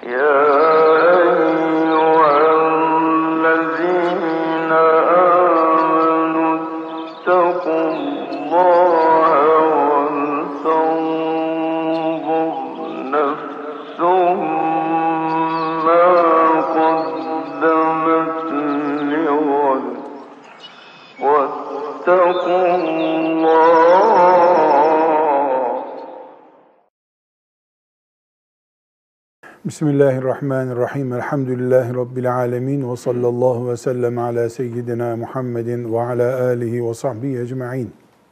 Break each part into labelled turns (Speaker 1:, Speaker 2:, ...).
Speaker 1: Bismillahirrahmanirrahim. Elhamdülillahi Rabbil alemin. Ve sallallahu ve sellem ala seyyidina Muhammedin ve ala alihi ve sahbihi ecma'in.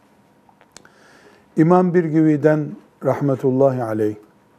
Speaker 1: İmam Birgivi'den rahmetullahi aleyh,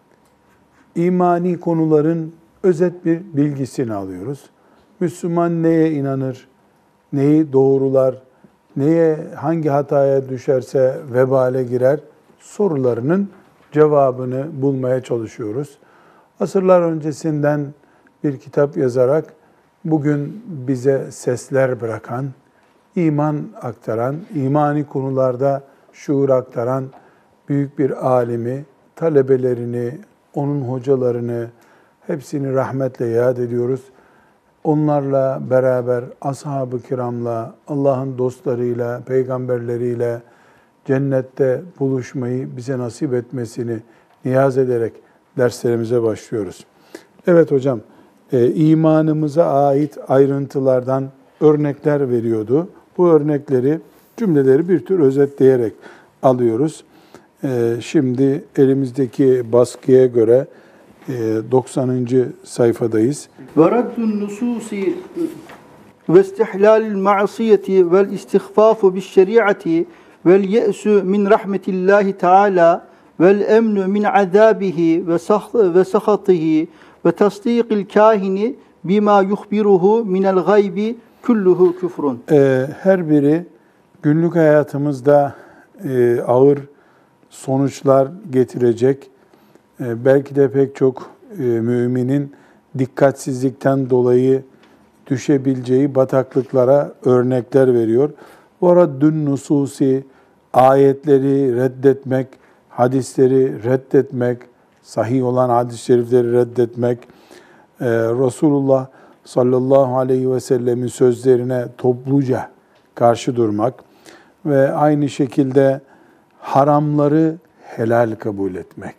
Speaker 1: imani konuların özet bir bilgisini alıyoruz. Müslüman neye inanır, neyi doğrular, hangi hataya düşerse vebale girer sorularının cevabını bulmaya çalışıyoruz. Asırlar öncesinden bir kitap yazarak bugün bize sesler bırakan, iman aktaran, imani konularda şuur aktaran büyük bir alimi, talebelerini, onun hocalarını hepsini rahmetle yad ediyoruz. Onlarla beraber ashab-ı kiramla, Allah'ın dostlarıyla, peygamberleriyle cennette buluşmayı bize nasip etmesini niyaz ederek derslerimize başlıyoruz. Evet hocam, imanımıza ait ayrıntılardan örnekler veriyordu. Bu örnekleri, cümleleri bir tür özetleyerek alıyoruz. Şimdi elimizdeki baskıya göre 90. sayfadayız.
Speaker 2: وَرَدُّ النُّسُوسِ وَاسْتِحْلَالِ الْمَعْصِيَةِ وَالْاِسْتِخْفَافُ بِالشَّرِيعَةِ وَالْيَأْسُ مِنْ رَحْمَةِ اللّٰهِ تَعَالَى وَالْاَمْنُ مِنْ عَذَابِهِ وَسَخَطِهِ وَتَصْدِيقِ الْكَاهِنِ بِمَا يُخْبِرُهُ مِنَ الْغَيْبِ كُلُّهُ كُفْرٌ.
Speaker 1: Her biri günlük hayatımızda ağır sonuçlar getirecek. Belki de pek çok müminin dikkatsizlikten dolayı düşebileceği bataklıklara örnekler veriyor. وَرَدُّ nususi, ayetleri reddetmek, hadisleri reddetmek, sahih olan hadis-i şerifleri reddetmek, Resulullah sallallahu aleyhi ve sellemin sözlerine topluca karşı durmak ve aynı şekilde haramları helal kabul etmek,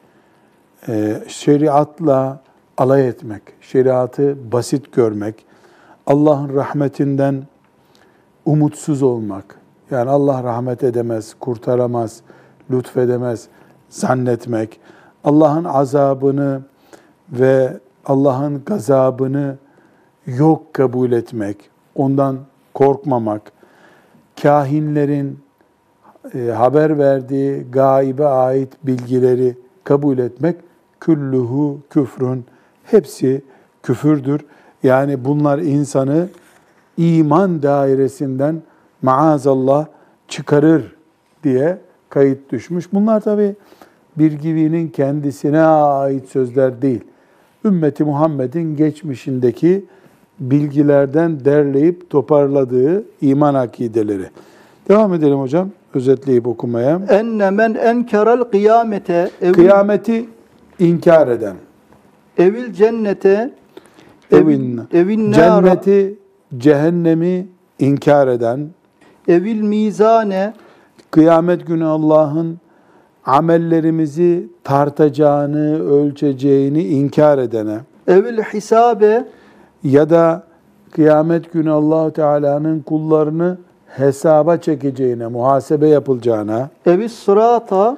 Speaker 1: şeriatla alay etmek, şeriatı basit görmek, Allah'ın rahmetinden umutsuz olmak, yani Allah rahmet edemez, kurtaramaz, lütfedemez zannetmek, Allah'ın azabını ve Allah'ın gazabını yok kabul etmek, ondan korkmamak, kahinlerin haber verdiği gaybe ait bilgileri kabul etmek, küllühü küfrün, hepsi küfürdür. Yani bunlar insanı iman dairesinden maazallah çıkarır diye kayıt düşmüş. Bunlar tabi Birgivi'nin kendisine ait sözler değil. Ümmeti Muhammed'in geçmişindeki bilgilerden derleyip toparladığı iman akideleri. Devam edelim hocam, özetleyip okumaya.
Speaker 2: Enne men enkerel kıyamete,
Speaker 1: kıyameti inkar eden,
Speaker 2: evil cennete,
Speaker 1: evin cenneti, cehennemi inkar eden,
Speaker 2: evil mizane,
Speaker 1: kıyamet günü Allah'ın amellerimizi tartacağını, ölçeceğini inkar edene,
Speaker 2: evil hisabe, ya
Speaker 1: da kıyamet günü Allah-u Teala'nın kullarını hesaba çekeceğine, muhasebe yapılacağına,
Speaker 2: evil sırata,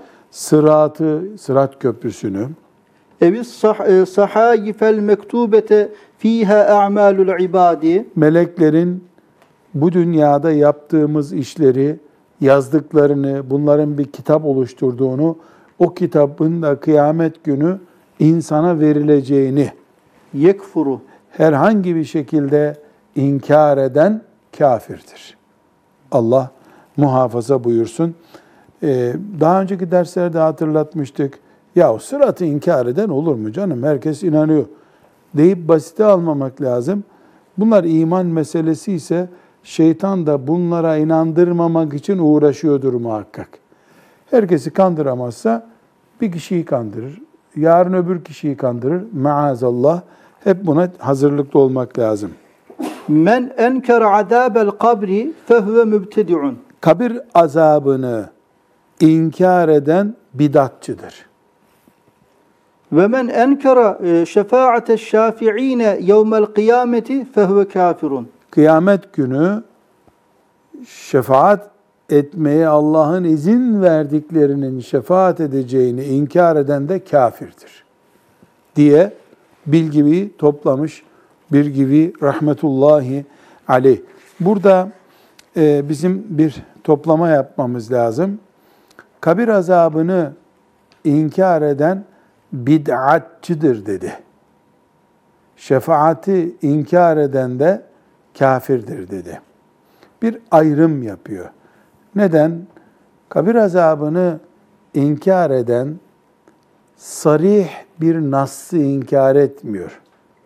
Speaker 1: sırat köprüsünü,
Speaker 2: evil sahayifel mektubete fiha a'malul ibadi,
Speaker 1: meleklerin bu dünyada yaptığımız işleri, yazdıklarını, bunların bir kitap oluşturduğunu, o kitabın da kıyamet günü insana verileceğini
Speaker 2: yekfuru,
Speaker 1: herhangi bir şekilde inkar eden kafirdir. Allah muhafaza buyursun. Daha önceki derslerde hatırlatmıştık. Ya sıratı inkar eden olur mu canım? Herkes inanıyor deyip basite almamak lazım. Bunlar iman meselesi ise şeytan da bunlara inandırmamak için uğraşıyordur muhakkak. Herkesi kandıramazsa bir kişiyi kandırır. yarın öbür kişiyi kandırır. Maazallah. Hep buna hazırlıklı olmak lazım.
Speaker 2: Men enkere azabel kabri fehuve mübtedi'un.
Speaker 1: Kabir azabını inkar eden bidatçıdır.
Speaker 2: Ve men enkere şefaate şafi'ine yevmel kıyameti fehuve kafirun.
Speaker 1: Kıyamet günü şefaat etmeye Allah'ın izin verdiklerinin şefaat edeceğini inkar eden de kafirdir diye bilgiyi toplamış bir gibi rahmetullahi aleyh. Burada bizim bir toplama yapmamız lazım. Kabir azabını inkar eden bid'atçıdır dedi. Şefaati inkar eden de kafirdir dedi. Bir ayrım yapıyor. Neden? Kabir azabını inkar eden sarih bir nassı inkar etmiyor.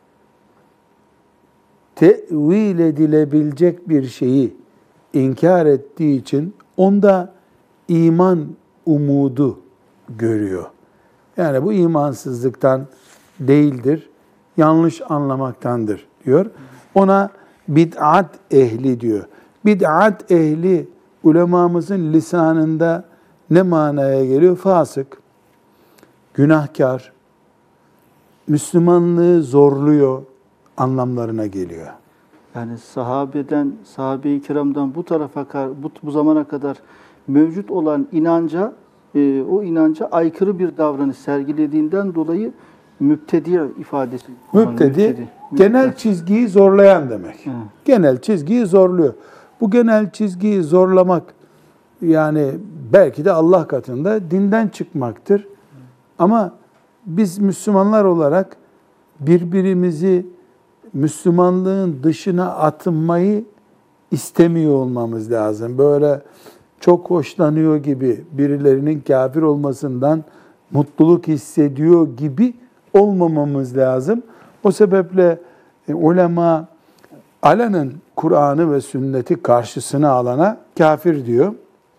Speaker 1: Tevil edilebilecek bir şeyi inkar ettiği için onda iman umudu görüyor. Yani bu imansızlıktan değildir, yanlış anlamaktandır diyor. Ona bid'at ehli diyor. Bid'at ehli ulemamızın lisanında ne manaya geliyor? Fasık, günahkar, Müslümanlığı zorluyor anlamlarına geliyor.
Speaker 2: Yani sahabe-i kiramdan bu tarafa bu zamana kadar mevcut olan inanca, o inanca aykırı bir davranış sergilediğinden dolayı mübtedi ifadesi.
Speaker 1: Mübtedi, genel çizgiyi zorlayan demek.
Speaker 2: Hı.
Speaker 1: Genel çizgiyi zorluyor. Bu genel çizgiyi zorlamak yani belki de Allah katında dinden çıkmaktır. Ama biz Müslümanlar olarak birbirimizi Müslümanlığın dışına atmayı istemiyor olmamız lazım. Böyle çok hoşlanıyor gibi birilerinin kafir olmasından mutluluk hissediyor gibi olmamamız lazım. O sebeple ulema alenen Kur'an'ı ve sünneti karşısına alana kafir diyor.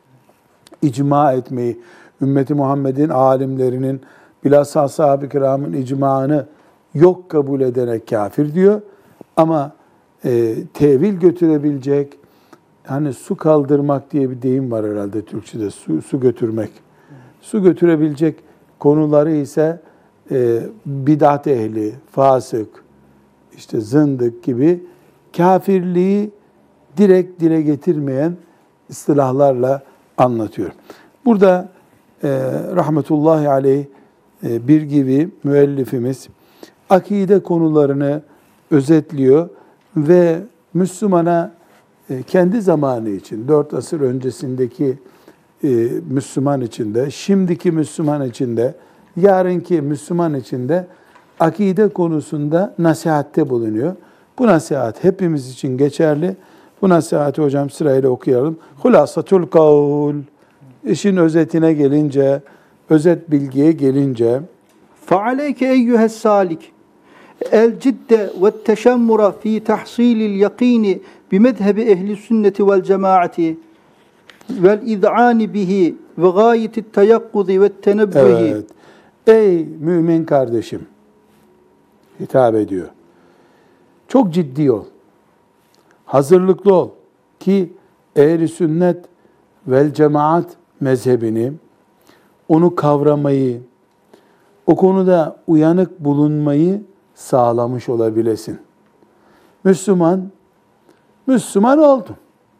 Speaker 1: İcma etmeyi, ümmeti Muhammed'in alimlerinin, bilhassa ashab-ı kiramın icmaını yok kabul ederek kafir diyor. Ama tevil götürebilecek, hani su kaldırmak diye bir deyim var herhalde Türkçe'de, su götürmek. Su götürebilecek konuları ise bid'at ehli, fasık, işte zındık gibi kafirliği direkt dile getirmeyen istilahlarla anlatıyor. Burada rahmetullahi aleyh bir gibi müellifimiz akide konularını özetliyor ve Müslümana kendi zamanı için, 4 asır öncesindeki Müslüman için de, şimdiki Müslüman için de, yarınki Müslüman için de akide konusunda nasihatte bulunuyor. Bu nasihat hepimiz için geçerli. Bu nasihati hocam sırayla okuyalım. Hulasatul kavl. İşin özetine gelince, özet bilgiye gelince
Speaker 2: فَعَلَيْكَ اَيُّهَا السَّالِكِ الْجِدَّ وَالتَّشَمُّرَ ف۪ي تَحْصِيلِ الْيَق۪ينِ بِمَذْهَبِ اَهْلِ السُنَّةِ وَالْجَمَاعَةِ وَالْاِذْعَانِ بِهِ وَغَايَةِ التَّيَقُّذِ وَالتَّنَبُّهِ.
Speaker 1: evet. Ey mümin kardeşim hitap ediyor. Çok ciddi ol. Hazırlıklı ol ki ehl-i sünnet vel cemaat mezhebini, onu kavramayı, o konuda uyanık bulunmayı sağlamış olabilesin. Müslüman oldum.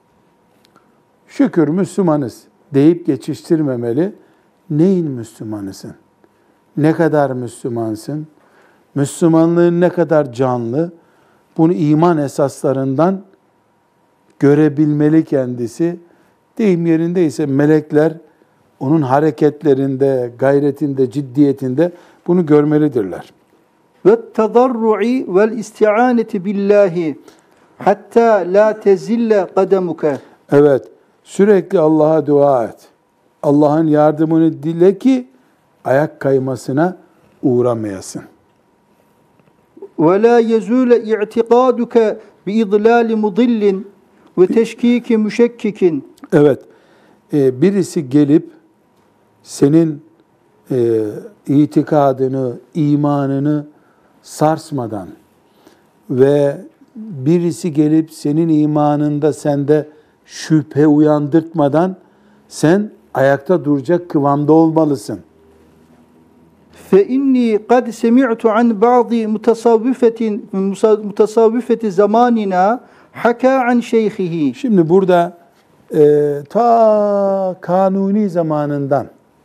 Speaker 1: Şükür Müslümanız deyip geçiştirmemeli. Neyin Müslümanısın? Ne kadar Müslümansın? Müslümanlığın ne kadar canlı? Bunu iman esaslarından görebilmeli kendisi. Deyim yerindeyse melekler onun hareketlerinde, gayretinde, ciddiyetinde bunu görmelidirler.
Speaker 2: وَالتَّضَرُّعِ وَالْاِسْتِعَانَةِ بِاللّٰهِ حَتَّى لَا تَزِلَّ قَدَمُكَ.
Speaker 1: Evet, sürekli Allah'a dua et. Allah'ın yardımını dile ki ayak kaymasına uğramayasın.
Speaker 2: وَلَا يَزُولَ اِعْتِقَادُكَ بِاِضْلَالِ مُضِلٍّ وَتَشْك۪يكِ مُشَكِّكٍ.
Speaker 1: Evet, birisi gelip senin itikadını, imanını sarsmadan ve birisi gelip senin imanında sende şüphe uyandırtmadan sen ayakta duracak kıvamda olmalısın.
Speaker 2: فَاِنِّي قَدْ سَمِعْتُ عَنْ بَعْضِ مُتَصَوِّفَةِ زَمَانِنَا حَكَى عَنْ شَيْخِهِ.
Speaker 1: Şimdi burada ta Kanuni zamanından,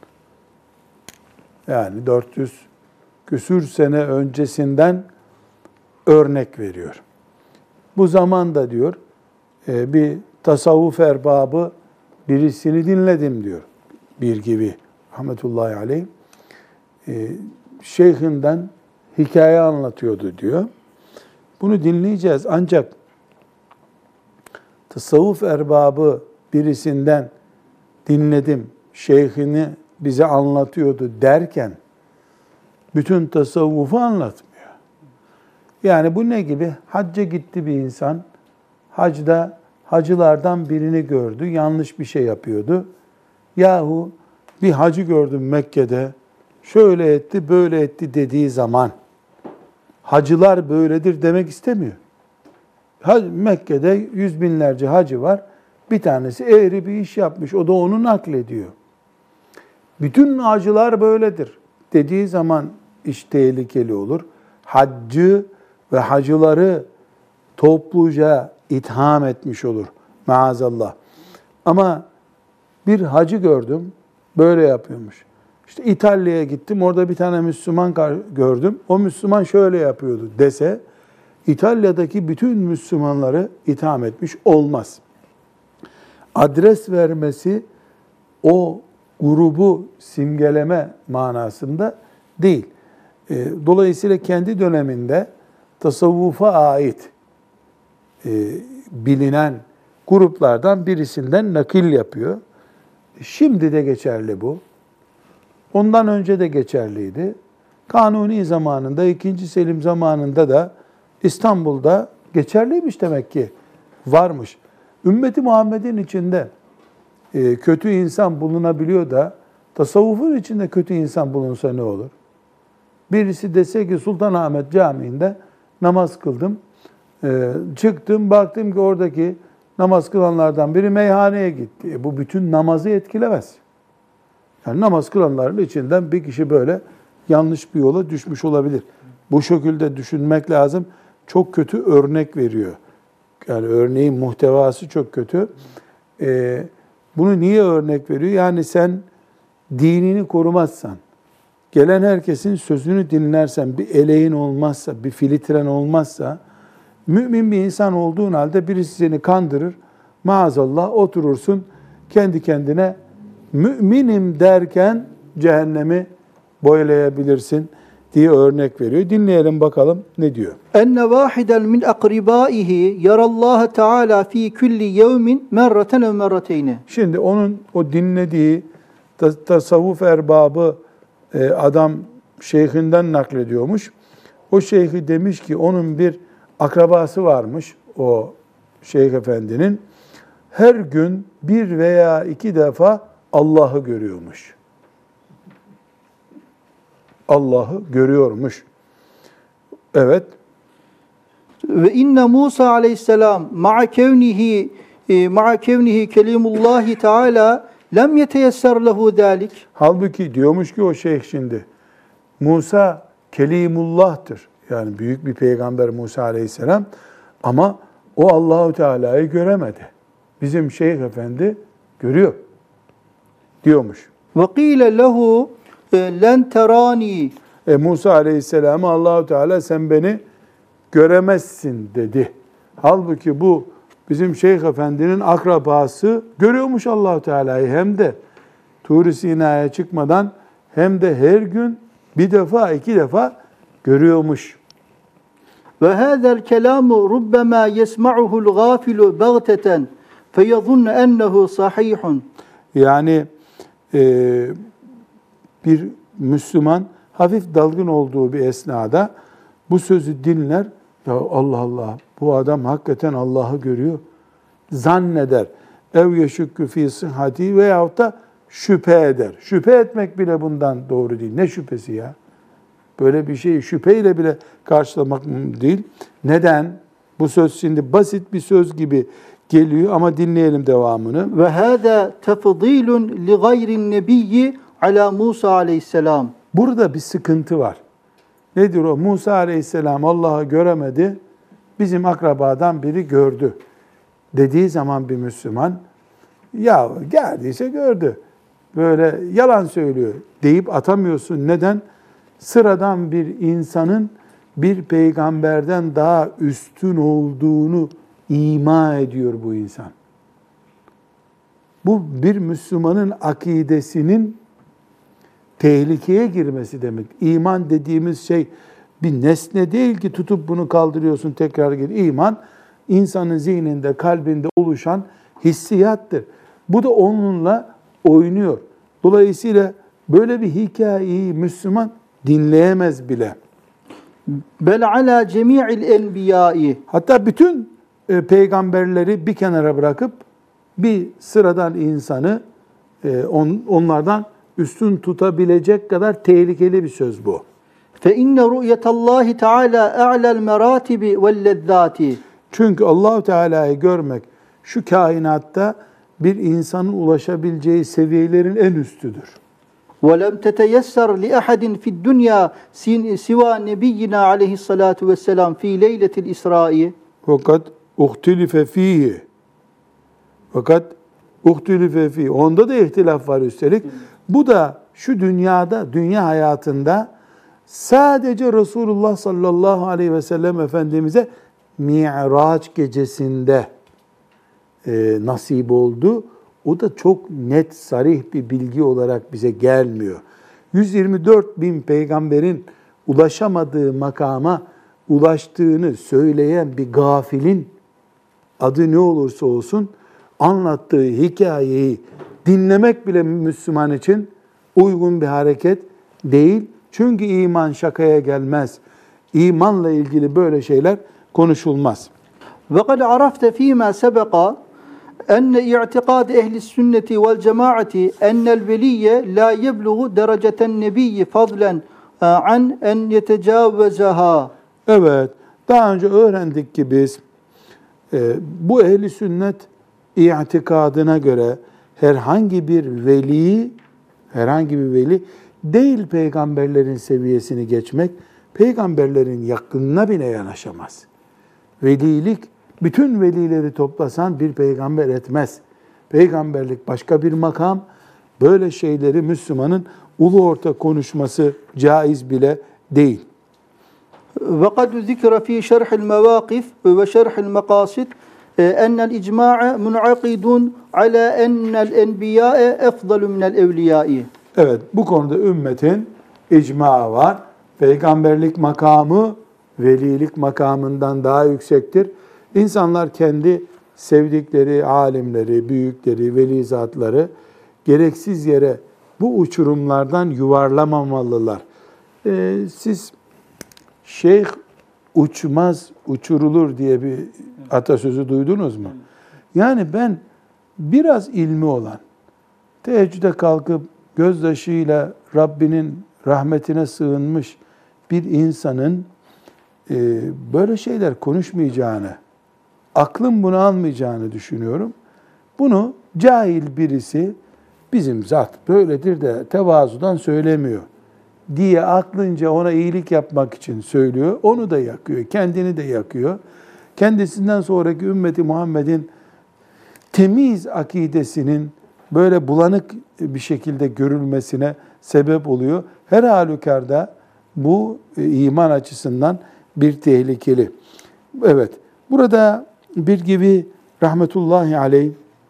Speaker 1: yani 400 küsür sene öncesinden örnek veriyor. Bu zamanda diyor bir tasavvuf erbabı birisini dinledim diyor. Bir gibi rahmetullahi aleyh. Şeyhinden hikaye anlatıyordu diyor. Bunu dinleyeceğiz ancak tasavvuf erbabı birisinden dinledim, şeyhini bize anlatıyordu derken bütün tasavvufu anlatmıyor. Yani bu ne gibi? Hacca gitti bir insan, hacda hacılardan birini gördü, yanlış bir şey yapıyordu. Yahu bir hacı gördüm Mekke'de, şöyle etti, böyle etti dediği zaman hacılar böyledir demek istemiyor. Mekke'de yüz binlerce hacı var. Bir tanesi eğri bir iş yapmış. O da onu naklediyor. Bütün hacılar böyledir dediği zaman iş tehlikeli olur. Haccı ve hacıları topluca itham etmiş olur maazallah. Ama bir hacı gördüm, böyle yapıyormuş. İşte İtalya'ya gittim, orada bir tane Müslüman gördüm. O Müslüman şöyle yapıyordu dese, İtalya'daki bütün Müslümanları itham etmiş olmaz. Adres vermesi o grubu simgeleme manasında değil. Dolayısıyla kendi döneminde tasavvufa ait bilinen gruplardan birisinden nakil yapıyor. Şimdi de geçerli bu. Ondan önce de geçerliydi. Kanuni zamanında, 2. Selim zamanında da İstanbul'da geçerliymiş demek ki, varmış. Ümmeti Muhammed'in içinde kötü insan bulunabiliyor da tasavvufun içinde kötü insan bulunsa ne olur? Birisi dese ki Sultanahmet Camii'nde namaz kıldım, çıktım baktım ki oradaki namaz kılanlardan biri meyhaneye gitti. Bu bütün namazı etkilemez. Yani namaz kılanların içinden bir kişi böyle yanlış bir yola düşmüş olabilir. Bu şekilde düşünmek lazım. Çok kötü örnek veriyor. Yani örneğin muhtevası çok kötü. Bunu niye örnek veriyor? Yani sen dinini korumazsan, gelen herkesin sözünü dinlersen, bir eleğin olmazsa, bir filtren olmazsa, mümin bir insan olduğun halde birisi seni kandırır, maazallah oturursun, kendi kendine müminim derken cehennemi boylayabilirsin diye örnek veriyor. Dinleyelim bakalım ne diyor.
Speaker 2: Enne vahiden min akribaihi yarallaha Teala fi kulli yevmin merraten ev merrateyni. Şimdi
Speaker 1: onun o dinlediği tasavvuf erbabı adam şeyhinden naklediyormuş. O şeyhi demiş ki onun bir akrabası varmış o şeyh efendinin. Her gün 1 veya 2 defa Allah'ı görüyormuş. Allah'ı görüyormuş. Evet.
Speaker 2: Ve inne Musa aleyhisselam ma'a kevnihi kelimullahi Teala lem yeteyesser lehu dalik.
Speaker 1: Halbuki diyormuş ki o şeyh şimdi Musa Kelimullah'tır. Yani büyük bir peygamber Musa aleyhisselam ama o Allahu Teala'yı göremedi. Bizim şeyh efendi görüyor diyormuş.
Speaker 2: Ve qîle lehu len terani.
Speaker 1: Musa aleyhisselama Allahu Teala sen beni göremezsin dedi. Halbuki bu bizim şeyh efendinin akrabası görüyormuş Allahu Teala'yı, hem de Tur-i Sina'ya çıkmadan hem de her gün 1 defa 2 defa görüyormuş.
Speaker 2: Ve hâzel kelâmu rubbemâ yesma'uhul gâfilu bagteten feyazunne ennehu sahihun.
Speaker 1: Yani bir Müslüman hafif dalgın olduğu bir esnada bu sözü dinler. Ya Allah Allah, bu adam hakikaten Allah'ı görüyor zanneder. Ev yeşükkü fî sıhhati veyahut da şüphe eder. Şüphe etmek bile bundan doğru değil. Ne şüphesi ya? Böyle bir şeyi şüpheyle bile karşılamak değil. Neden? Bu söz şimdi basit bir söz gibi geliyor ama dinleyelim devamını.
Speaker 2: Ve hâzâ tefdîlun li gayrin nebiyyi ala Musa aleyhisselam.
Speaker 1: Burada bir sıkıntı var. Nedir o? Musa aleyhisselam Allah'ı göremedi. Bizim akrabadan biri gördü. Dediği zaman bir Müslüman, ya geldiyse gördü. Böyle yalan söylüyor deyip atamıyorsun. Neden? Sıradan bir insanın bir peygamberden daha üstün olduğunu ima ediyor bu insan. Bu bir Müslümanın akidesinin tehlikeye girmesi demek. İman dediğimiz şey bir nesne değil ki tutup bunu kaldırıyorsun tekrar gir. İman insanın zihninde, kalbinde oluşan hissiyattır. Bu da onunla oynuyor. Dolayısıyla böyle bir hikayeyi Müslüman dinleyemez bile.
Speaker 2: Bel ala cemi'il enbiyai.
Speaker 1: Hatta bütün peygamberleri bir kenara bırakıp bir sıradan insanı onlardan üstün tutabilecek kadar tehlikeli bir söz bu.
Speaker 2: Fe inne ru'yetallahi teala a'la'l meratibi vel lezzati.
Speaker 1: Çünkü Allahu Teala'yı görmek şu kainatta bir insanın ulaşabileceği seviyelerin en üstüdür.
Speaker 2: Ve lem teteyesser li ahadin fi'd dunya siva nebiyyina aleyhissalatu vesselam fi leyletil İsra'i.
Speaker 1: Fakat uhtilife fihi. Onda da ihtilaf var üstelik. Bu da şu dünyada, dünya hayatında sadece Resulullah sallallahu aleyhi ve sellem Efendimiz'e Mi'raç gecesinde nasip oldu. O da çok net, sarih bir bilgi olarak bize gelmiyor. 124 bin peygamberin ulaşamadığı makama ulaştığını söyleyen bir gafilin adı ne olursa olsun anlattığı hikayeyi dinlemek bile Müslüman için uygun bir hareket değil. Çünkü iman şakaya gelmez. İmanla ilgili böyle şeyler konuşulmaz.
Speaker 2: Ve kad arafte fîmâ sebeka enne i'tikâd ehli sünneti vel cemaati ennel veliyye la yebluğu dereceten nebiyyi fadlen an en yetecavvezaha.
Speaker 1: Evet, daha önce öğrendik ki biz bu ehli sünnet i'tikadına göre herhangi bir veli değil peygamberlerin seviyesini geçmek, peygamberlerin yakınına bile yanaşamaz. Velilik, bütün velileri toplasan bir peygamber etmez. Peygamberlik başka bir makam. Böyle şeyleri Müslümanın ulu orta konuşması caiz bile değil.
Speaker 2: وقد ذكر في شرح المواقف وشرح المقاصد أن الإجماع منعقد على أن الأنبياء أفضل من الأولياء.
Speaker 1: Evet, bu konuda ümmetin icma var. Peygamberlik makamı velilik makamından daha yüksektir. İnsanlar kendi sevdikleri alimleri, büyükleri, veli zatları gereksiz yere bu uçurumlardan yuvarlamamalılar. Siz şeyh uçmaz, uçurulur diye bir atasözü duydunuz mu? Yani ben biraz ilmi olan, teheccüde kalkıp gözyaşıyla Rabbinin rahmetine sığınmış bir insanın böyle şeyler konuşmayacağını, aklım bunu almayacağını düşünüyorum. Bunu cahil birisi bizim zat böyledir de tevazudan söylemiyor diye aklınca ona iyilik yapmak için söylüyor. Onu da yakıyor, kendini de yakıyor. Kendisinden sonraki ümmeti Muhammed'in temiz akidesinin böyle bulanık bir şekilde görülmesine sebep oluyor. Her halükarda bu iman açısından bir tehlikeli. Evet, burada bir gibi rahmetullahi aleyh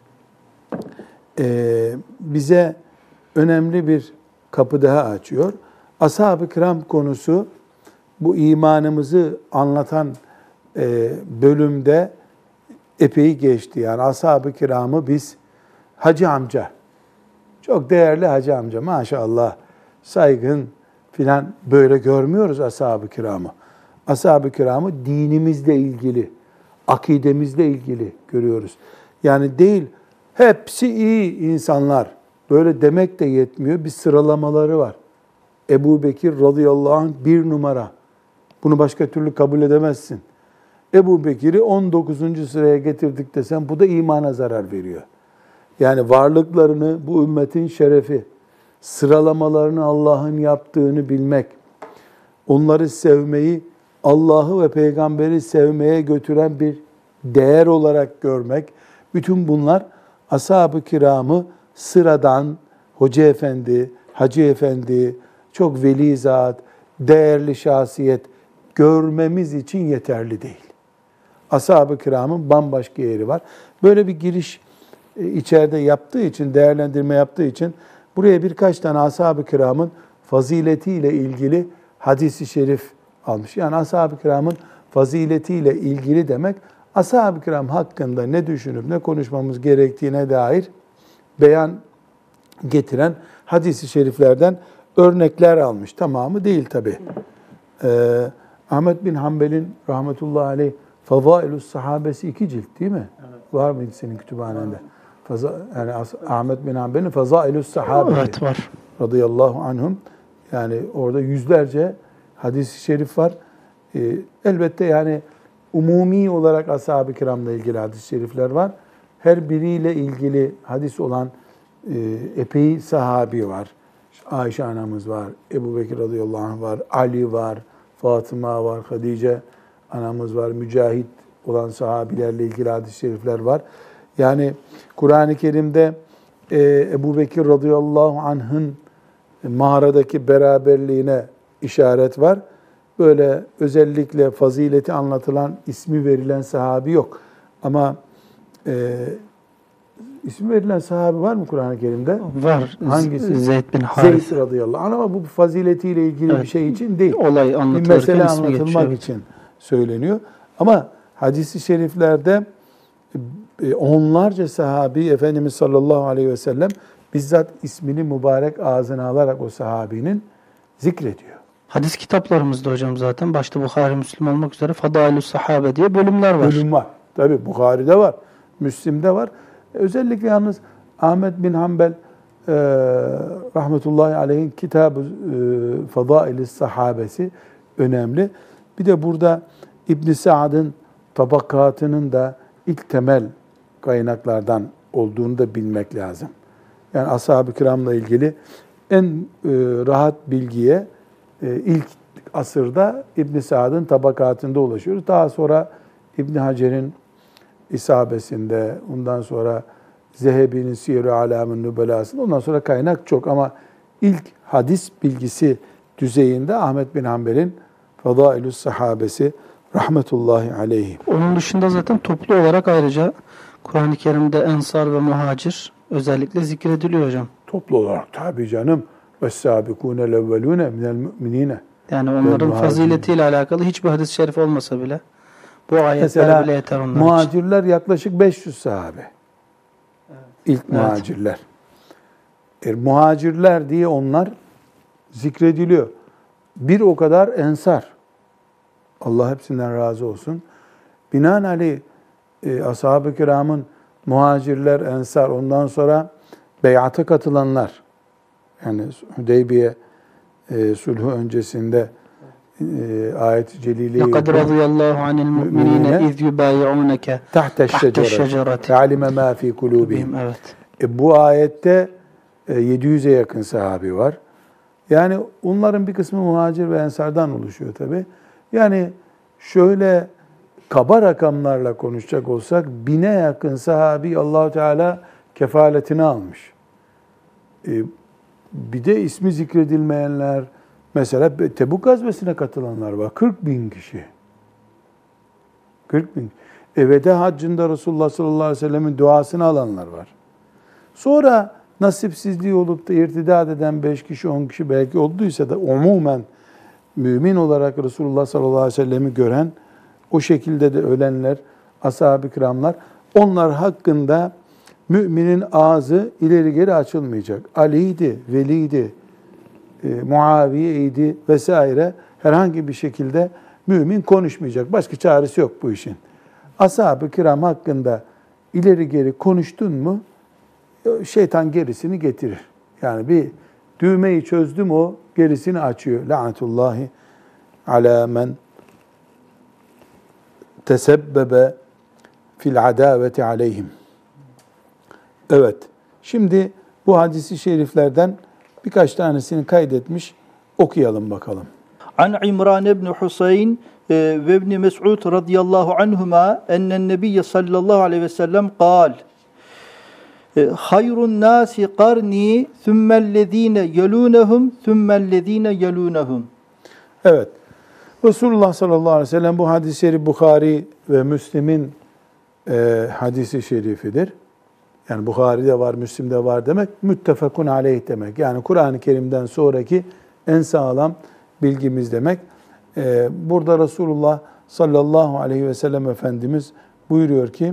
Speaker 1: bize önemli bir kapı daha açıyor. Ashab-ı kiram konusu bu imanımızı anlatan bölümde epey geçti. Yani ashab-ı kiramı biz hacı amca, çok değerli hacı amca maşallah, saygın filan böyle görmüyoruz ashab-ı kiramı. Ashab-ı kiramı dinimizle ilgili, akidemizle ilgili görüyoruz. Yani değil, hepsi iyi insanlar böyle demek de yetmiyor. Bir sıralamaları var. Ebu Bekir radıyallahu anh 1 numara. Bunu başka türlü kabul edemezsin. Ebu Bekir'i 19. sıraya getirdik desem bu da imana zarar veriyor. Yani varlıklarını, bu ümmetin şerefi, sıralamalarını Allah'ın yaptığını bilmek, onları sevmeyi, Allah'ı ve peygamberi sevmeye götüren bir değer olarak görmek, bütün bunlar ashab-ı kiramı sıradan hoca efendi, hacı efendi, çok veli zat, değerli şahsiyet görmemiz için yeterli değil. Ashab-ı kiramın bambaşka yeri var. Böyle bir giriş içeride yaptığı için, değerlendirme yaptığı için buraya birkaç tane ashab-ı kiramın faziletiyle ilgili hadis-i şerif almış. Yani ashab-ı kiramın faziletiyle ilgili demek, ashab-ı kiram hakkında ne düşünüp ne konuşmamız gerektiğine dair beyan getiren hadis-i şeriflerden örnekler almış. Tamamı değil tabi. Ahmet bin Hanbel'in rahmetullahi aleyh Fadailus Sahabesi 2 cilt değil mi? Evet. Var mıydı senin kütüphanende? Yani Ahmet bin Hanbel'in Fadailus Sahabesi.
Speaker 3: Evet, var.
Speaker 1: Radıyallahu anhum. Yani orada yüzlerce hadis-i şerif var. Elbette yani umumi olarak ashab-ı kiramla ilgili hadis-i şerifler var. Her biriyle ilgili hadis olan epey sahabi var. Ayşe anamız var, Ebu Bekir radıyallahu anh var, Ali var, Fatıma var, Hadice anamız var, mücahit olan sahabilerle ilgili hadis-i şerifler var. Yani Kur'an-ı Kerim'de Ebu Bekir radıyallahu anh'ın mağaradaki beraberliğine işaret var. Böyle özellikle fazileti anlatılan, ismi verilen sahabi yok. Ama ismi verilen sahabi var mı Kur'an-ı Kerim'de?
Speaker 3: Var.
Speaker 1: Hangisi?
Speaker 3: Zeyd bin Haris.
Speaker 1: Zeyd radıyallahu anh, ama bu faziletiyle ilgili bir şey için değil.
Speaker 3: Olay
Speaker 1: Bir
Speaker 3: anlatılırken
Speaker 1: mesele
Speaker 3: ismi
Speaker 1: anlatılmak
Speaker 3: geçiyor.
Speaker 1: için söyleniyor. Ama hadis-i şeriflerde onlarca sahabi Efendimiz sallallahu aleyhi ve sellem bizzat ismini mübarek ağzına alarak o sahabinin zikrediyor.
Speaker 3: Hadis kitaplarımızda hocam zaten başta Bukhari, Müslim olmak üzere Fadailus Sahabe diye bölümler var.
Speaker 1: Bölüm var. Tabii Bukhari'de var, Müslim'de var. Özellikle yalnız Ahmet bin Hanbel rahmetullahi aleyhin Kitab-ı Fadailis Sahabesi önemli. Bir de burada İbn Sa'd'ın tabakatının da ilk temel kaynaklardan olduğunu da bilmek lazım. Yani ashab-ı kiramla ilgili en rahat bilgiye ilk asırda İbn Sa'd'ın tabakatında ulaşıyoruz. Daha sonra İbn Hacer'in isabesinde, ondan sonra Zehebi'nin Siyer-i Alam'ın Nübelasında, ondan sonra kaynak çok ama ilk hadis bilgisi düzeyinde Ahmet bin Hanbel'in Fadailus Sahabesi rahmetullahi aleyhi.
Speaker 3: Onun dışında zaten toplu olarak ayrıca Kur'an-ı Kerim'de Ensar ve Muhacir özellikle zikrediliyor hocam.
Speaker 1: Toplu olarak tabii canım. وَالسَّابِقُونَ الْاَوَّلُونَ مِنَ الْمُؤْمِنِينَ.
Speaker 3: Yani onların faziletiyle alakalı hiçbir hadis-i şerif olmasa bile bu ayetler
Speaker 1: mesela
Speaker 3: bile yeter onlar
Speaker 1: muhacirler için. Yaklaşık 500 sahabe. Evet. İlk muhacirler. Muhacirler diye onlar zikrediliyor. Bir o kadar ensar. Allah hepsinden razı olsun. Binaenaleyh ashab-ı kiramın muhacirler, ensar, ondan sonra beyata katılanlar, yani Hudeybiye sulhu öncesinde ayet-i celileyi
Speaker 3: لَقَدْ رَضِيَ اللّٰهُ عَنِ الْمُؤْمِنِينَ اِذْ يُبَايِعُونَكَ
Speaker 1: تَحْتَ الشَّجَرَةِ وَعَلِمَ مَا فِي قُلُوبِهِمْ.
Speaker 3: Evet.
Speaker 1: Bu ayette 700'e yakın sahabi var. Yani onların bir kısmı muhacir ve ensardan oluşuyor tabi. Yani şöyle kaba rakamlarla konuşacak olsak 1000'e yakın sahabi Allah-u Teala kefaletini almış. Bir de ismi zikredilmeyenler, mesela Tebuk gazvesine katılanlar var. 40.000 kişi. 40.000. Veda haccında Resulullah sallallahu aleyhi ve sellemin duasını alanlar var. Sonra nasipsizliği olup da irtidat eden 5 kişi, 10 kişi belki olduysa da umumen mümin olarak Resulullah sallallahu aleyhi ve sellemi gören, o şekilde de ölenler, ashab-ı kiramlar, onlar hakkında müminin ağzı ileri geri açılmayacak. Ali'ydi, Veli'ydi, Muaviye'ydi vesaire, herhangi bir şekilde mümin konuşmayacak. Başka çaresi yok bu işin. Ashab-ı kiram hakkında ileri geri konuştun mu, şeytan gerisini getirir. Yani bir düğmeyi çözdü mü o gerisini açıyor. La'netullahi ala men tesebbebe fil adaveti aleyhim. Evet. Şimdi bu hadisi şeriflerden birkaç tanesini kaydetmiş. Okuyalım bakalım.
Speaker 2: An İmran ibn Husayn ve ibn Mes'ud radıyallahu anhuma ennen nebiyye sallallahu aleyhi ve sellem kal hayrun nasi qarni thummellezine yelunehum thummellezine yelunehum.
Speaker 1: Evet. Resulullah sallallahu aleyhi ve sellem bu hadis-i şerif Bukhari ve Müslim'in hadisi şerifidir. Yani Bukhari'de var, Müslim'de var demek, müttefakun aleyh demek. Yani Kur'an-ı Kerim'den sonraki en sağlam bilgimiz demek. Burada Resulullah sallallahu aleyhi ve sellem Efendimiz buyuruyor ki,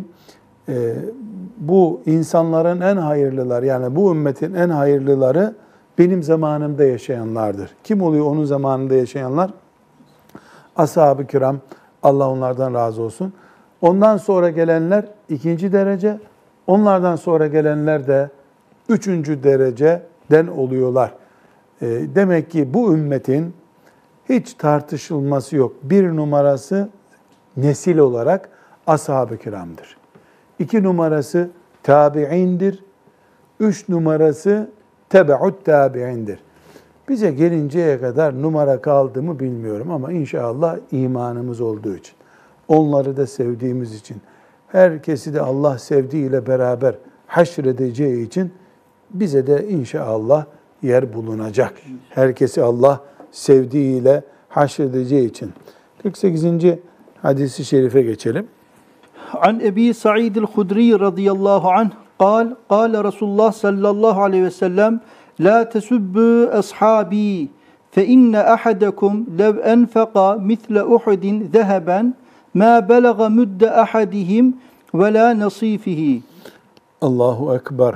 Speaker 1: bu insanların en hayırlıları, yani bu ümmetin en hayırlıları benim zamanımda yaşayanlardır. Kim oluyor onun zamanında yaşayanlar? Ashab-ı kiram, Allah onlardan razı olsun. Ondan sonra gelenler ikinci derece, onlardan sonra gelenler de üçüncü dereceden oluyorlar. Demek ki bu ümmetin hiç tartışılması yok. Bir numarası nesil olarak ashab-ı kiramdır. 2 numarası tabi'indir. 3 numarası tebe'ut tabi'indir. Bize gelinceye kadar numara kaldı mı bilmiyorum ama inşallah imanımız olduğu için, onları da sevdiğimiz için, herkesi de Allah sevdiğiyle beraber haşredeceği için bize de inşallah yer bulunacak. Herkesi Allah sevdiğiyle haşredeceği için. 48. hadisi şerife geçelim.
Speaker 2: An Ebi Sa'id el-Hudri radıyallahu anh قال قال Resulullah sallallahu aleyhi ve sellem la tesubbu ashabi fe inne ahadakum lev enfaqa misle Uhudin zeheben ma belaga mudde ahadihim ve la nasifihi.
Speaker 1: Allahu Ekber.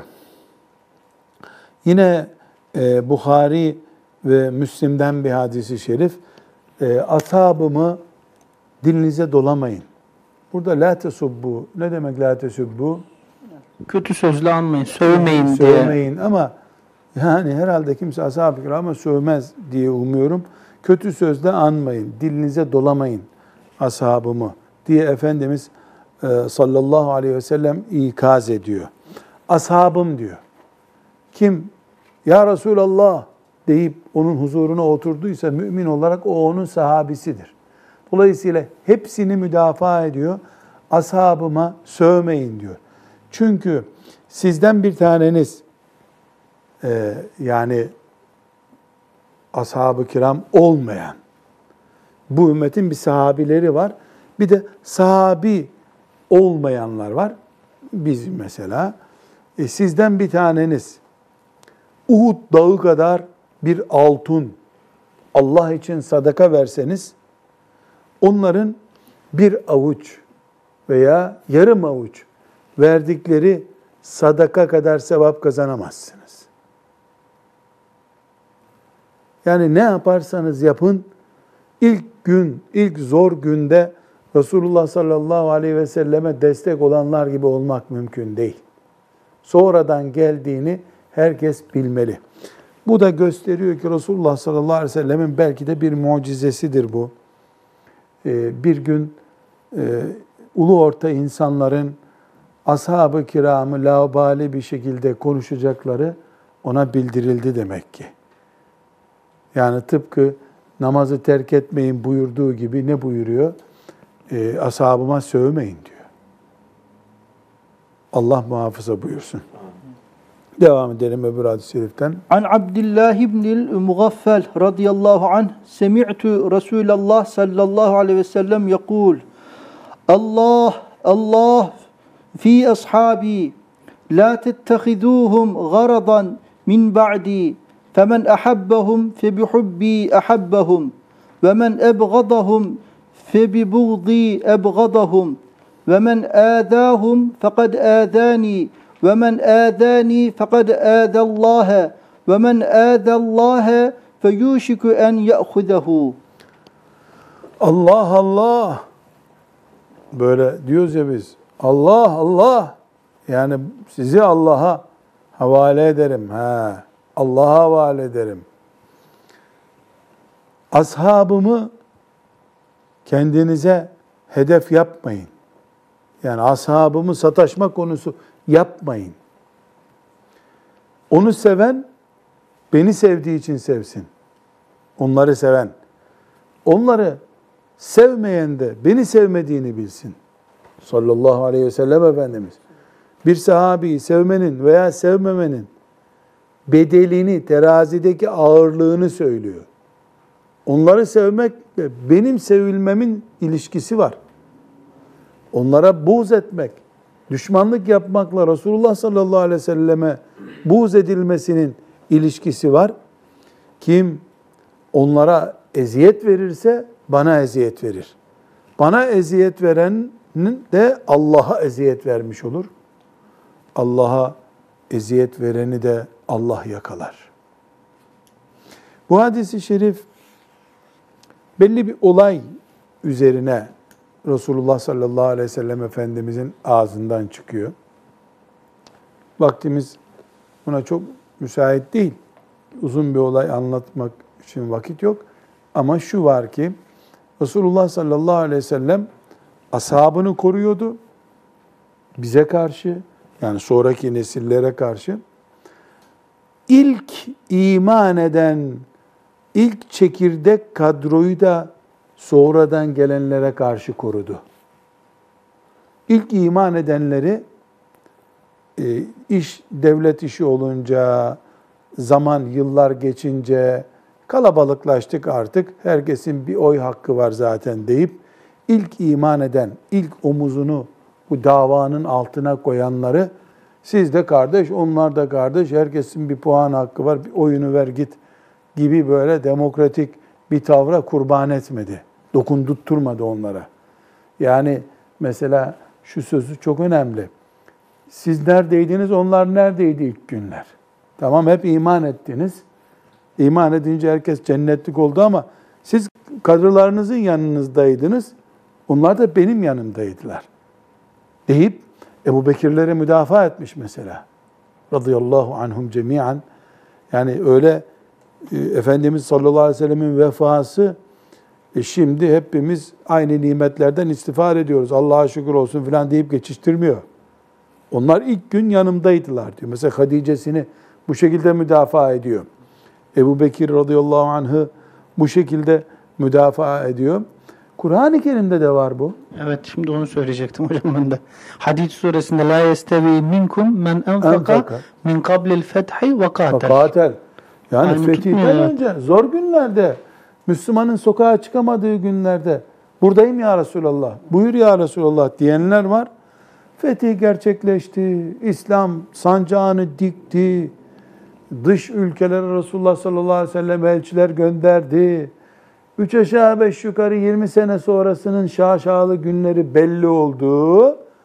Speaker 1: Yine Bukhari ve Müslim'den bir hadisi şerif. Ashabımı dilinize dolamayın. Burada la tesubbu. Ne demek la tesubbu?
Speaker 3: Kötü sözle anmayın, sövmeyin diye.
Speaker 1: Sövmeyin ama yani herhalde kimse ashab-ı kirama sövmez diye umuyorum. Kötü sözle anmayın, dilinize dolamayın ashabımı diye Efendimiz sallallahu aleyhi ve sellem ikaz ediyor. Ashabım diyor. Kim ya Resulallah deyip onun huzuruna oturduysa mümin olarak o onun sahabisidir. Dolayısıyla hepsini müdafaa ediyor. Ashabıma sövmeyin diyor. Çünkü sizden bir taneniz yani ashab-ı kiram olmayan, bu ümmetin bir sahabileri var. Bir de sahabi olmayanlar var. Biz mesela sizden bir taneniz Uhud dağı kadar bir altın Allah için sadaka verseniz onların bir avuç veya yarım avuç verdikleri sadaka kadar sevap kazanamazsınız. Yani ne yaparsanız yapın, ilk zor günde Resulullah sallallahu aleyhi ve selleme destek olanlar gibi olmak mümkün değil. Sonradan geldiğini herkes bilmeli. Bu da gösteriyor ki Resulullah sallallahu aleyhi ve sellemin belki de bir mucizesidir bu. Bir gün ulu orta insanların ashab-ı kiramı laubali bir şekilde konuşacakları ona bildirildi demek ki. Yani tıpkı namazı terk etmeyin buyurduğu gibi ne buyuruyor? Ashabıma sövmeyin diyor. Allah muhafaza buyursun. Devam edelim öbür hadis-i şeriften.
Speaker 2: An Abdullah ibn Mughaffal radıyallahu anh semi'tu Resulullah sallallahu aleyhi ve sellem yekul Allah fi ashabi la tettehiduhum garadan min ba'di femen ahabbahum febihubbi ahabbahum ve men ebgadahum febibugdi ebgadahum ve men âdâhum fekad âdâni ve men âdâni fekad âdallâhe ve men âdallâhe feyûşiku en ye'hudehu.
Speaker 1: Allah Allah. Böyle diyoruz ya biz. Allah Allah. Yani sizi Allah'a havale ederim. Allah'a havale ederim. Ashabımı kendinize hedef yapmayın. Yani ashabımı sataşma konusu yapmayın. Onu seven, beni sevdiği için sevsin. Onları seven. Onları sevmeyen de beni sevmediğini bilsin. Sallallahu aleyhi ve sellem Efendimiz. Bir sahabeyi sevmenin veya sevmemenin bedelini, terazideki ağırlığını söylüyor. Onları sevmekle benim sevilmemin ilişkisi var. Onlara buğz etmek, düşmanlık yapmakla Resulullah sallallahu aleyhi ve selleme buğz edilmesinin ilişkisi var. Kim onlara eziyet verirse bana eziyet verir. Bana eziyet verenin de Allah'a eziyet vermiş olur. Allah'a eziyet vereni de Allah yakalar. Bu hadis-i şerif belli bir olay üzerine Resulullah sallallahu aleyhi ve sellem Efendimizin ağzından çıkıyor. Vaktimiz buna çok müsait değil. Uzun bir olay anlatmak için vakit yok. Ama şu var ki Resulullah sallallahu aleyhi ve sellem ashabını koruyordu. Bize karşı, yani sonraki nesillere karşı. İlk iman eden, ilk çekirdek kadroyu da sonradan gelenlere karşı korudu. İlk iman edenleri iş devlet işi olunca, zaman yıllar geçince kalabalıklaştık artık. Herkesin bir oy hakkı var zaten deyip ilk iman eden, ilk omuzunu bu davanın altına koyanları siz de kardeş, onlar da kardeş, herkesin bir puan hakkı var, bir oyunu ver git gibi böyle demokratik bir tavra kurban etmedi. Dokundurtturmadı onlara. Yani mesela şu sözü çok önemli. Siz neredeydiniz, onlar neredeydi ilk günler? Tamam, hep iman ettiniz. İman edince herkes cennetlik oldu ama siz kadrolarınızın yanınızdaydınız. Onlar da benim yanımdaydılar. Deyip Ebu Bekirlere müdafaa etmiş mesela. Radıyallahu anhum cemiyan. Yani öyle Efendimiz sallallahu aleyhi ve sellemin vefası şimdi hepimiz aynı nimetlerden istifade ediyoruz. Allah'a şükür olsun filan deyip geçiştirmiyor. Onlar ilk gün yanımdaydılar diyor. Mesela Hadice'sini bu şekilde müdafaa ediyor. Ebu Bekir radıyallahu anh'ı bu şekilde müdafaa ediyor. Kur'an-ı Kerim'de de var bu.
Speaker 3: Evet, şimdi onu söyleyecektim hocam ben de. Hadid suresinde la yestevi minkum men enfaka min qablil fethi ve katel.
Speaker 1: Yani
Speaker 3: Aynı
Speaker 1: fetihten
Speaker 3: tutmuyor,
Speaker 1: önce zor günlerde, Müslümanın sokağa çıkamadığı günlerde buradayım ya Resulallah, buyur ya Resulallah diyenler var. Fetih gerçekleşti, İslam sancağını dikti, dış ülkelere Resulullah sallallahu aleyhi ve sellem elçiler gönderdi. 3 aşağı 5 yukarı 20 sene sonrasının şaşalı günleri belli oldu.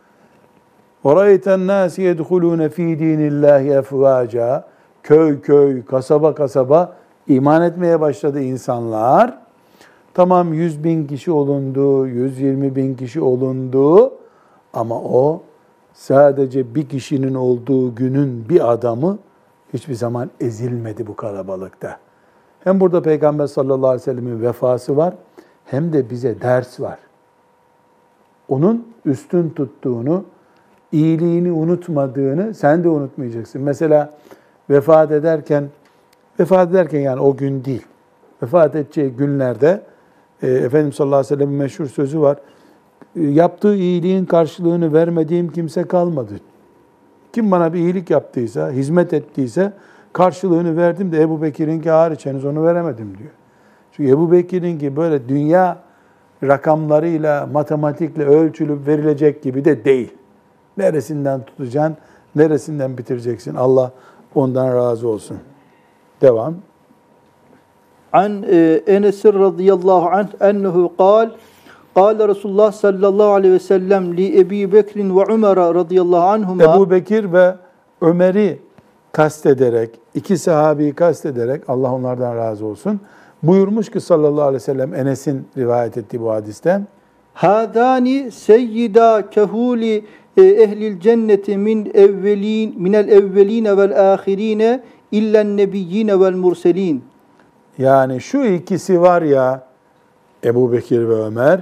Speaker 1: وَرَيْتَ النَّاسِ يَدْخُلُونَ ف۪ي د۪ينِ اللّٰهِ اَفْوَاجًا. Köy köy, kasaba kasaba iman etmeye başladı insanlar. Tamam 100 bin kişi olundu, 120 bin kişi olundu. Ama o sadece bir kişinin olduğu günün bir adamı hiçbir zaman ezilmedi bu kalabalıkta. Hem burada Peygamber sallallahu aleyhi ve sellemin vefası var, hem de bize ders var. Onun üstün tuttuğunu, iyiliğini unutmadığını sen de unutmayacaksın. Mesela vefat ederken yani o gün değil, vefat edeceği günlerde Efendimiz sallallahu aleyhi ve sellem'in meşhur sözü var. Yaptığı iyiliğin karşılığını vermediğim kimse kalmadı. Kim bana bir iyilik yaptıysa, hizmet ettiyse karşılığını verdim de Ebu Bekir'inki hariç henüz onu veremedim diyor. Çünkü Ebu Bekir'inki böyle dünya rakamlarıyla, matematikle ölçülüp verilecek gibi de değil. Neresinden tutacaksın, neresinden bitireceksin? Allah ondan razı olsun. Devam.
Speaker 2: An Enes radıyallahu anh ennehu قال Resulullah sallallahu aleyhi ve sellem li Ebi Bekr ve Ömer radıyallahu anhuma.
Speaker 1: Ebu Bekir ve Ömer'i kastederek, iki sahabeyi kastederek, Allah onlardan razı olsun, buyurmuş ki sallallahu aleyhi ve sellem, Enes'in rivayet ettiği bu hadiste,
Speaker 2: Hadani seyyida kehuli ehlil cenneti minel evveline vel ahirine illen nebiyyine vel murselin.
Speaker 1: Yani şu ikisi var ya, Ebu Bekir ve Ömer,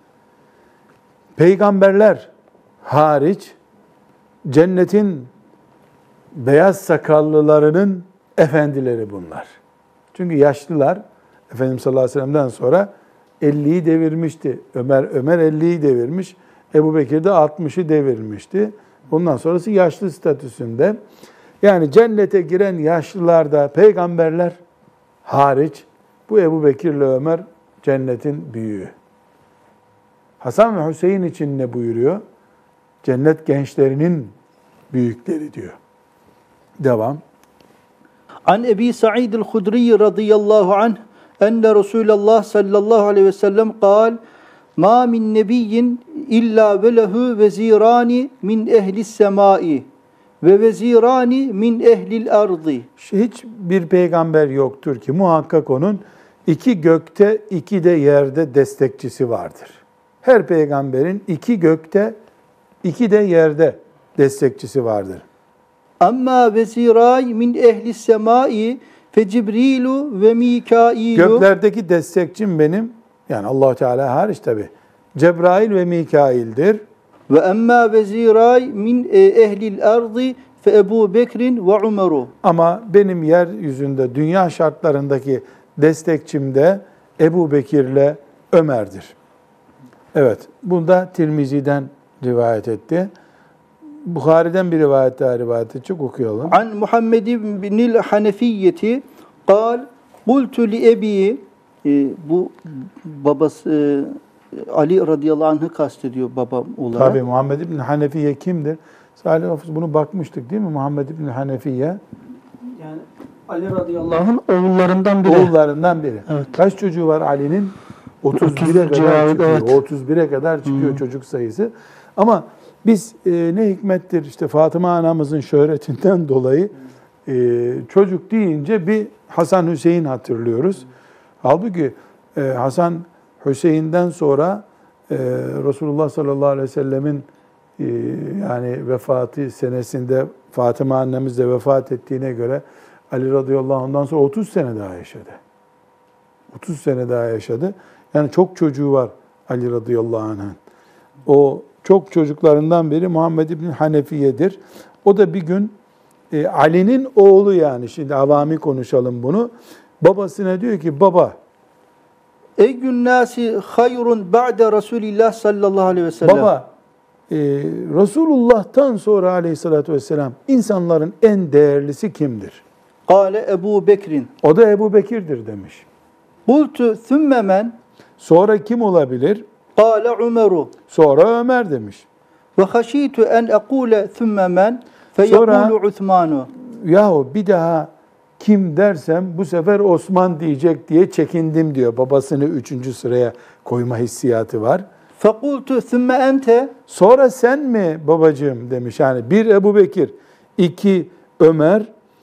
Speaker 1: peygamberler hariç cennetin beyaz sakallılarının efendileri bunlar. Çünkü yaşlılar Efendimiz sallallahu aleyhi ve sellem'den sonra 50'yi devirmişti. Ömer 50'yi devirmiş. Ebu Bekir de 60'ı devirmişti. Ondan sonrası yaşlı statüsünde. Yani cennete giren yaşlılarda peygamberler hariç bu Ebu Bekir ile Ömer cennetin büyüğü. Hasan ve Hüseyin için ne buyuruyor? Cennet gençlerinin büyükleri diyor. Devam.
Speaker 2: An Ebi Sa'id el-Hudri radıyallahu anh enne Resulullah sallallahu aleyhi ve sellem kal ma min nebiyyin illa ve lehu vezirani min ehlis semai ve vezirani min ehlil ardı.
Speaker 1: Hiç bir peygamber yoktur ki muhakkak onun iki gökte, iki de yerde destekçisi vardır. Her peygamberin iki gökte, iki de yerde destekçisi vardır.
Speaker 2: Amma veziray min ehlis semai fe Cibrilu ve Mikailu.
Speaker 1: Göklerdeki destekçim benim, yani Allah Teala hariç tabi, Cebrail ve Mikail'dir.
Speaker 2: Ve emma veziray min ehlil ardı fe Ebu Bekrin ve Umeru.
Speaker 1: Ama benim yeryüzünde, dünya şartlarındaki destekçim de Ebu Bekir'le Ömer'dir. Evet, bunda Tirmizi'den rivayet etti. Bukhari'den bir rivayet daha rivayet edecek, okuyalım.
Speaker 2: An Muhammed ibnil Hanefiyyeti kal kultu li ebi, bu babası Ali radıyallahu anh'ı kastediyor baba olarak.
Speaker 1: Tabii Muhammed ibn Hanefiye kimdir? Salih Hafız bunu bakmıştık değil mi? Muhammed ibn Hanefiye.
Speaker 3: Yani Ali radıyallahu anh oğullarından biri.
Speaker 1: Oğullarından biri.
Speaker 3: Evet.
Speaker 1: Kaç çocuğu var Ali'nin? 31'e
Speaker 3: 30
Speaker 1: kadar
Speaker 3: civarı,
Speaker 1: çıkıyor.
Speaker 3: evet.
Speaker 1: 31'e kadar çıkıyor çocuk sayısı. Ama biz ne hikmettir işte Fatıma anamızın şöhretinden dolayı çocuk deyince bir Hasan Hüseyin hatırlıyoruz. Halbuki Hasan Hüseyin'den sonra Resulullah sallallahu aleyhi ve sellemin yani vefatı senesinde Fatıma annemiz de vefat ettiğine göre Ali radıyallahu anh'dan sonra 30 sene daha yaşadı. 30 sene daha yaşadı. Yani çok çocuğu var Ali radıyallahu anh'ın. O çok çocuklarından biri Muhammed ibn Hanefiye'dir. O da bir gün Ali'nin oğlu, yani şimdi avami konuşalım bunu. Babasına diyor ki baba,
Speaker 2: Eyyün nasi hayrun ba'de Resulillah sallallahu aleyhi ve sellem.
Speaker 1: baba Resulullah'tan sonra aleyhissalatü vesselam insanların en değerlisi kimdir?
Speaker 2: Kale Ebu Bekrin.
Speaker 1: O da Ebu Bekir'dir demiş.
Speaker 2: Kultu thümme men.
Speaker 1: Sonra kim olabilir?
Speaker 2: Kale Umeru.
Speaker 1: Sonra Ömer demiş.
Speaker 2: Ve haşitu en ekule thümme men. Fe
Speaker 1: Sonra-
Speaker 2: yekulu Uthmanu.
Speaker 1: Yahu bir daha kim dersem bu sefer Osman diyecek diye çekindim diyor. Babasını 3. sıraya koyma hissiyatı var.
Speaker 2: Fekultu thümme ente.
Speaker 1: Sonra sen mi babacığım demiş. Yani bir Ebu Bekir, 2 Ömer,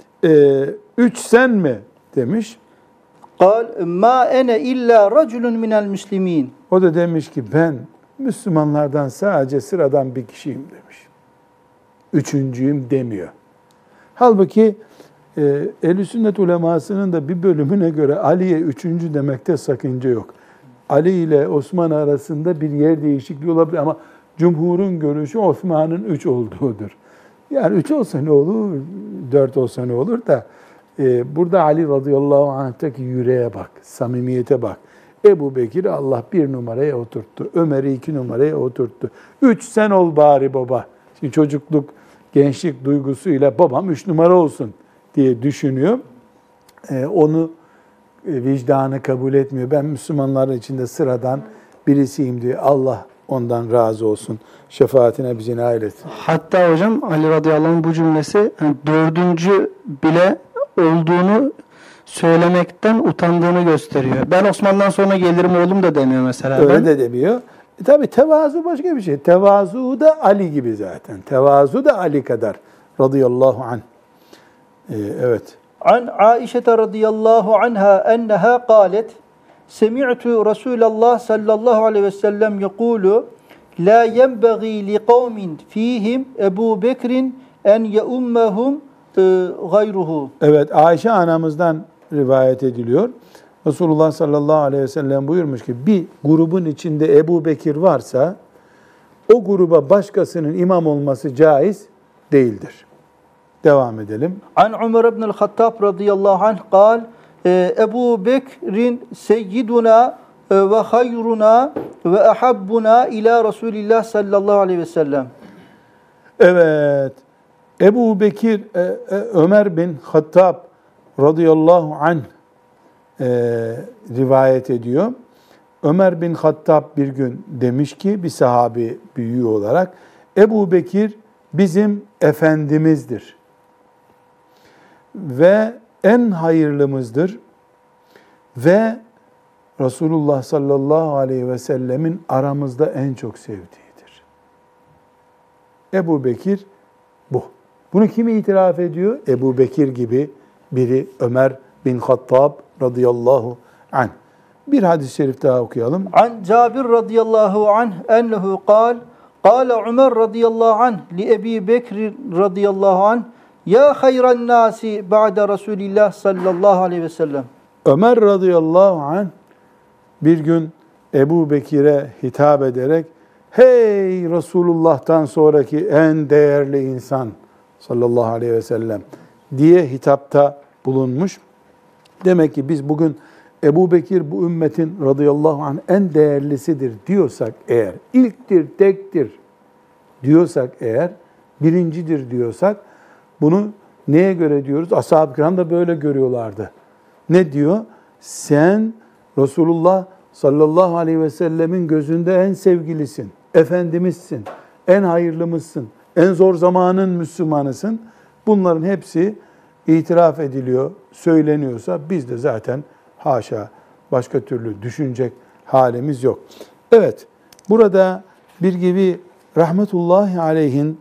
Speaker 1: 3 sen mi demiş.
Speaker 2: Kal ma ene illa raculun minel müslimin.
Speaker 1: O da demiş ki ben Müslümanlardan sadece sıradan bir kişiyim demiş. Üçüncüyüm demiyor. Halbuki Ehl-i Sünnet ulemasının da bir bölümüne göre Ali'ye 3. demekte sakınca yok. Ali ile Osman arasında bir yer değişikliği olabilir ama cumhurun görüşü Osman'ın 3 olduğudur. Yani 3 olsa ne olur, 4 olsa ne olur da burada Ali radıyallahu anh'taki yüreğe bak, samimiyete bak. Ebu Bekir Allah 1 numaraya oturttu. Ömer'i 2 numaraya oturttu. 3 sen ol bari baba. Şimdi çocukluk, gençlik duygusuyla babam 3 numara olsun diye düşünüyor. Onu vicdanı kabul etmiyor. Ben Müslümanların içinde sıradan birisiyim diyor. Allah ondan razı olsun. Şefaatine bizi nail etsin.
Speaker 3: Hatta hocam Ali radıyallahu anh bu cümlesi yani 4. bile olduğunu söylemekten utandığını gösteriyor. Ben Osman'dan sonra gelirim oğlum da demiyor mesela.
Speaker 1: Öyle de demiyor. Tabii tevazu başka bir şey. Tevazu da Ali gibi zaten. Tevazu da Ali kadar radıyallahu anh. Evet.
Speaker 2: An Aişe radıyallahu anha enneha kalet semi'tu Resulallah sallallahu aleyhi ve sellem yekulu la yenbagî li kavmin fîhim Ebu Bekrin en yeummehum gayruhu.
Speaker 1: Evet, Ayşe anamızdan rivayet ediliyor. Resulullah sallallahu aleyhi ve sellem buyurmuş ki bir grubun içinde Ebu Bekir varsa o gruba başkasının imam olması caiz değildir. Devam edelim.
Speaker 2: An Ömer ibn el-Hattab radıyallahu anh kal Ebu Bekrin seyyiduna ve hayruna ve ahabbuna ila Resulillah sallallahu aleyhi ve sellem.
Speaker 1: Evet, Ebu Bekir, Ömer bin Hattab radıyallahu anh rivayet ediyor. Ömer bin Hattab bir gün demiş ki bir sahabi büyüğü olarak Ebu Bekir bizim efendimizdir ve en hayırlımızdır ve Resulullah sallallahu aleyhi ve sellemin aramızda en çok sevdiğidir. Ebu Bekir bu. Bunu kim itiraf ediyor? Ebu Bekir gibi biri, Ömer bin Hattab radıyallahu anh. Bir hadis-i şerif daha okuyalım.
Speaker 2: An Cabir radıyallahu anh ennehu kal Kale Ömer radıyallahu anh li Ebi Bekir radıyallahu anh ya hayran nasi ba'de Resulillah sallallahu aleyhi ve sellem.
Speaker 1: Ömer radıyallahu anh bir gün Ebu Bekir'e hitap ederek hey Resulullah'tan sonraki en değerli insan sallallahu aleyhi ve sellem diye hitapta bulunmuş. Demek ki biz bugün Ebu Bekir bu ümmetin radıyallahu anh en değerlisidir diyorsak eğer, ilktir, tektir diyorsak eğer, birincidir diyorsak bunu neye göre diyoruz? Ashab-ı kiram da böyle görüyorlardı. Ne diyor? Sen Resulullah sallallahu aleyhi ve sellemin gözünde en sevgilisin, efendimizsin, en hayırlımızsın, en zor zamanın Müslümanısın. Bunların hepsi itiraf ediliyor, söyleniyorsa biz de zaten haşa başka türlü düşünecek halimiz yok. Evet, burada bir gibi rahmetullahi aleyhin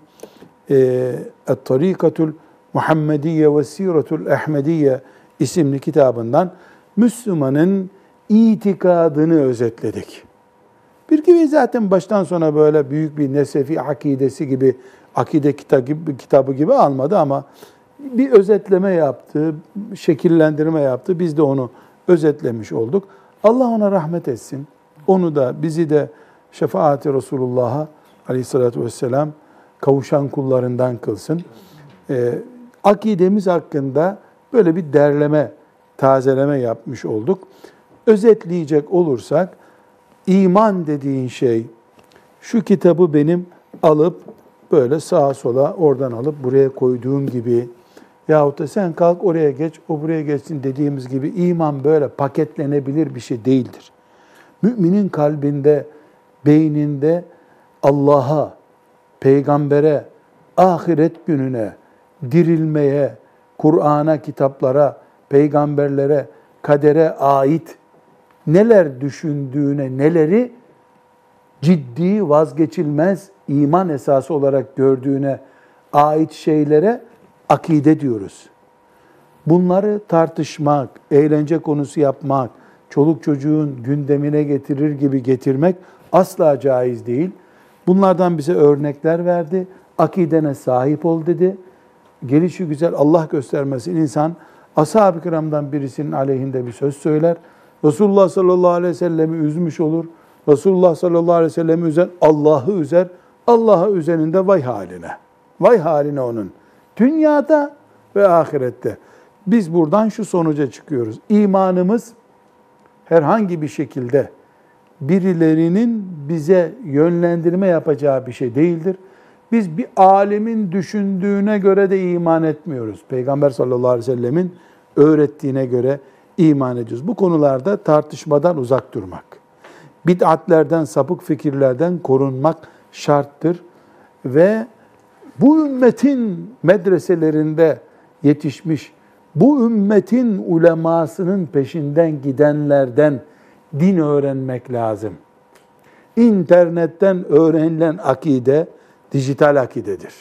Speaker 1: Et-Tarikatul Muhammediye ve Siratul Ahmediye isimli kitabından Müslümanın itikadını özetledik. Bir gibi zaten baştan sona böyle büyük bir Nesefi akidesi gibi, akide kitabı gibi almadı ama bir özetleme yaptı, şekillendirme yaptı. Biz de onu özetlemiş olduk. Allah ona rahmet etsin. Onu da bizi de şefaati Resulullah'a aleyhissalatü vesselam kavuşan kullarından kılsın. Akidemiz hakkında böyle bir derleme, tazeleme yapmış olduk. Özetleyecek olursak, iman dediğin şey, şu kitabı benim alıp böyle sağa sola oradan alıp buraya koyduğum gibi yahut da sen kalk oraya geç, o buraya geçsin dediğimiz gibi iman böyle paketlenebilir bir şey değildir. Müminin kalbinde, beyninde Allah'a, peygambere, ahiret gününe, dirilmeye, Kur'an'a, kitaplara, peygamberlere, kadere ait neler düşündüğüne, neleri ciddi, vazgeçilmez iman esası olarak gördüğüne ait şeylere akide diyoruz. Bunları tartışmak, eğlence konusu yapmak, çoluk çocuğun gündemine getirir gibi getirmek asla caiz değil. Bunlardan bize örnekler verdi. Akidene sahip ol dedi. Gelişi güzel Allah göstermesin insan ashab-ı kiramdan birisinin aleyhinde bir söz söyler. Resulullah sallallahu aleyhi ve sellemi üzmüş olur. Resulullah sallallahu aleyhi ve sellemi üzen Allah'ı üzer. Allah'ı üzeninde vay haline. Vay haline onun. Dünyada ve ahirette. Biz buradan şu sonuca çıkıyoruz. İmanımız herhangi bir şekilde birilerinin bize yönlendirme yapacağı bir şey değildir. Biz bir alemin düşündüğüne göre de iman etmiyoruz. Peygamber sallallahu aleyhi ve sellemin öğrettiğine göre iman ediyoruz. Bu konularda tartışmadan uzak durmak, bid'atlerden, sapık fikirlerden korunmak şarttır. Ve bu ümmetin medreselerinde yetişmiş, bu ümmetin ulemasının peşinden gidenlerden din öğrenmek lazım. İnternetten öğrenilen akide, dijital akidedir.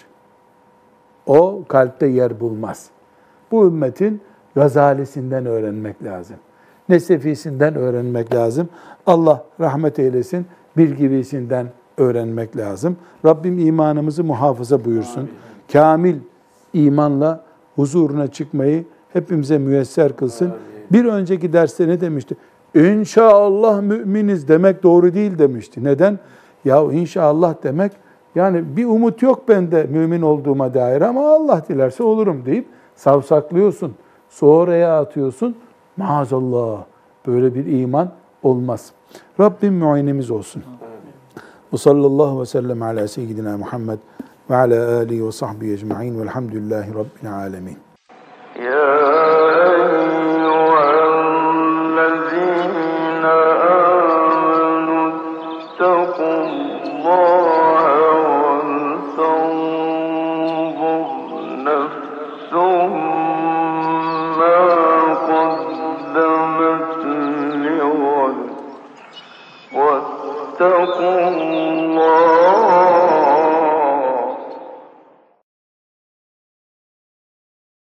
Speaker 1: O kalpte yer bulmaz. Bu ümmetin Gazalisinden öğrenmek lazım. Nesefisinden öğrenmek lazım. Allah rahmet eylesin, bir gibisinden öğrenmek lazım. Rabbim imanımızı muhafaza buyursun. Kamil imanla huzuruna çıkmayı hepimize müyesser kılsın. Bir önceki derste ne demişti? İnşallah müminiz demek doğru değil demişti. Neden? Ya inşallah demek, yani bir umut yok bende mümin olduğuma dair ama Allah dilerse olurum deyip savsaklıyorsun. Sonraya atıyorsun. Maazallah. Böyle bir iman olmaz. Rabbim muayenemiz olsun. Ve sallallahu ve sellem ala seyyidina Muhammed ve ala alihi ve sahbihi ecma'in velhamdülillahi rabbil alemin.
Speaker 4: Ya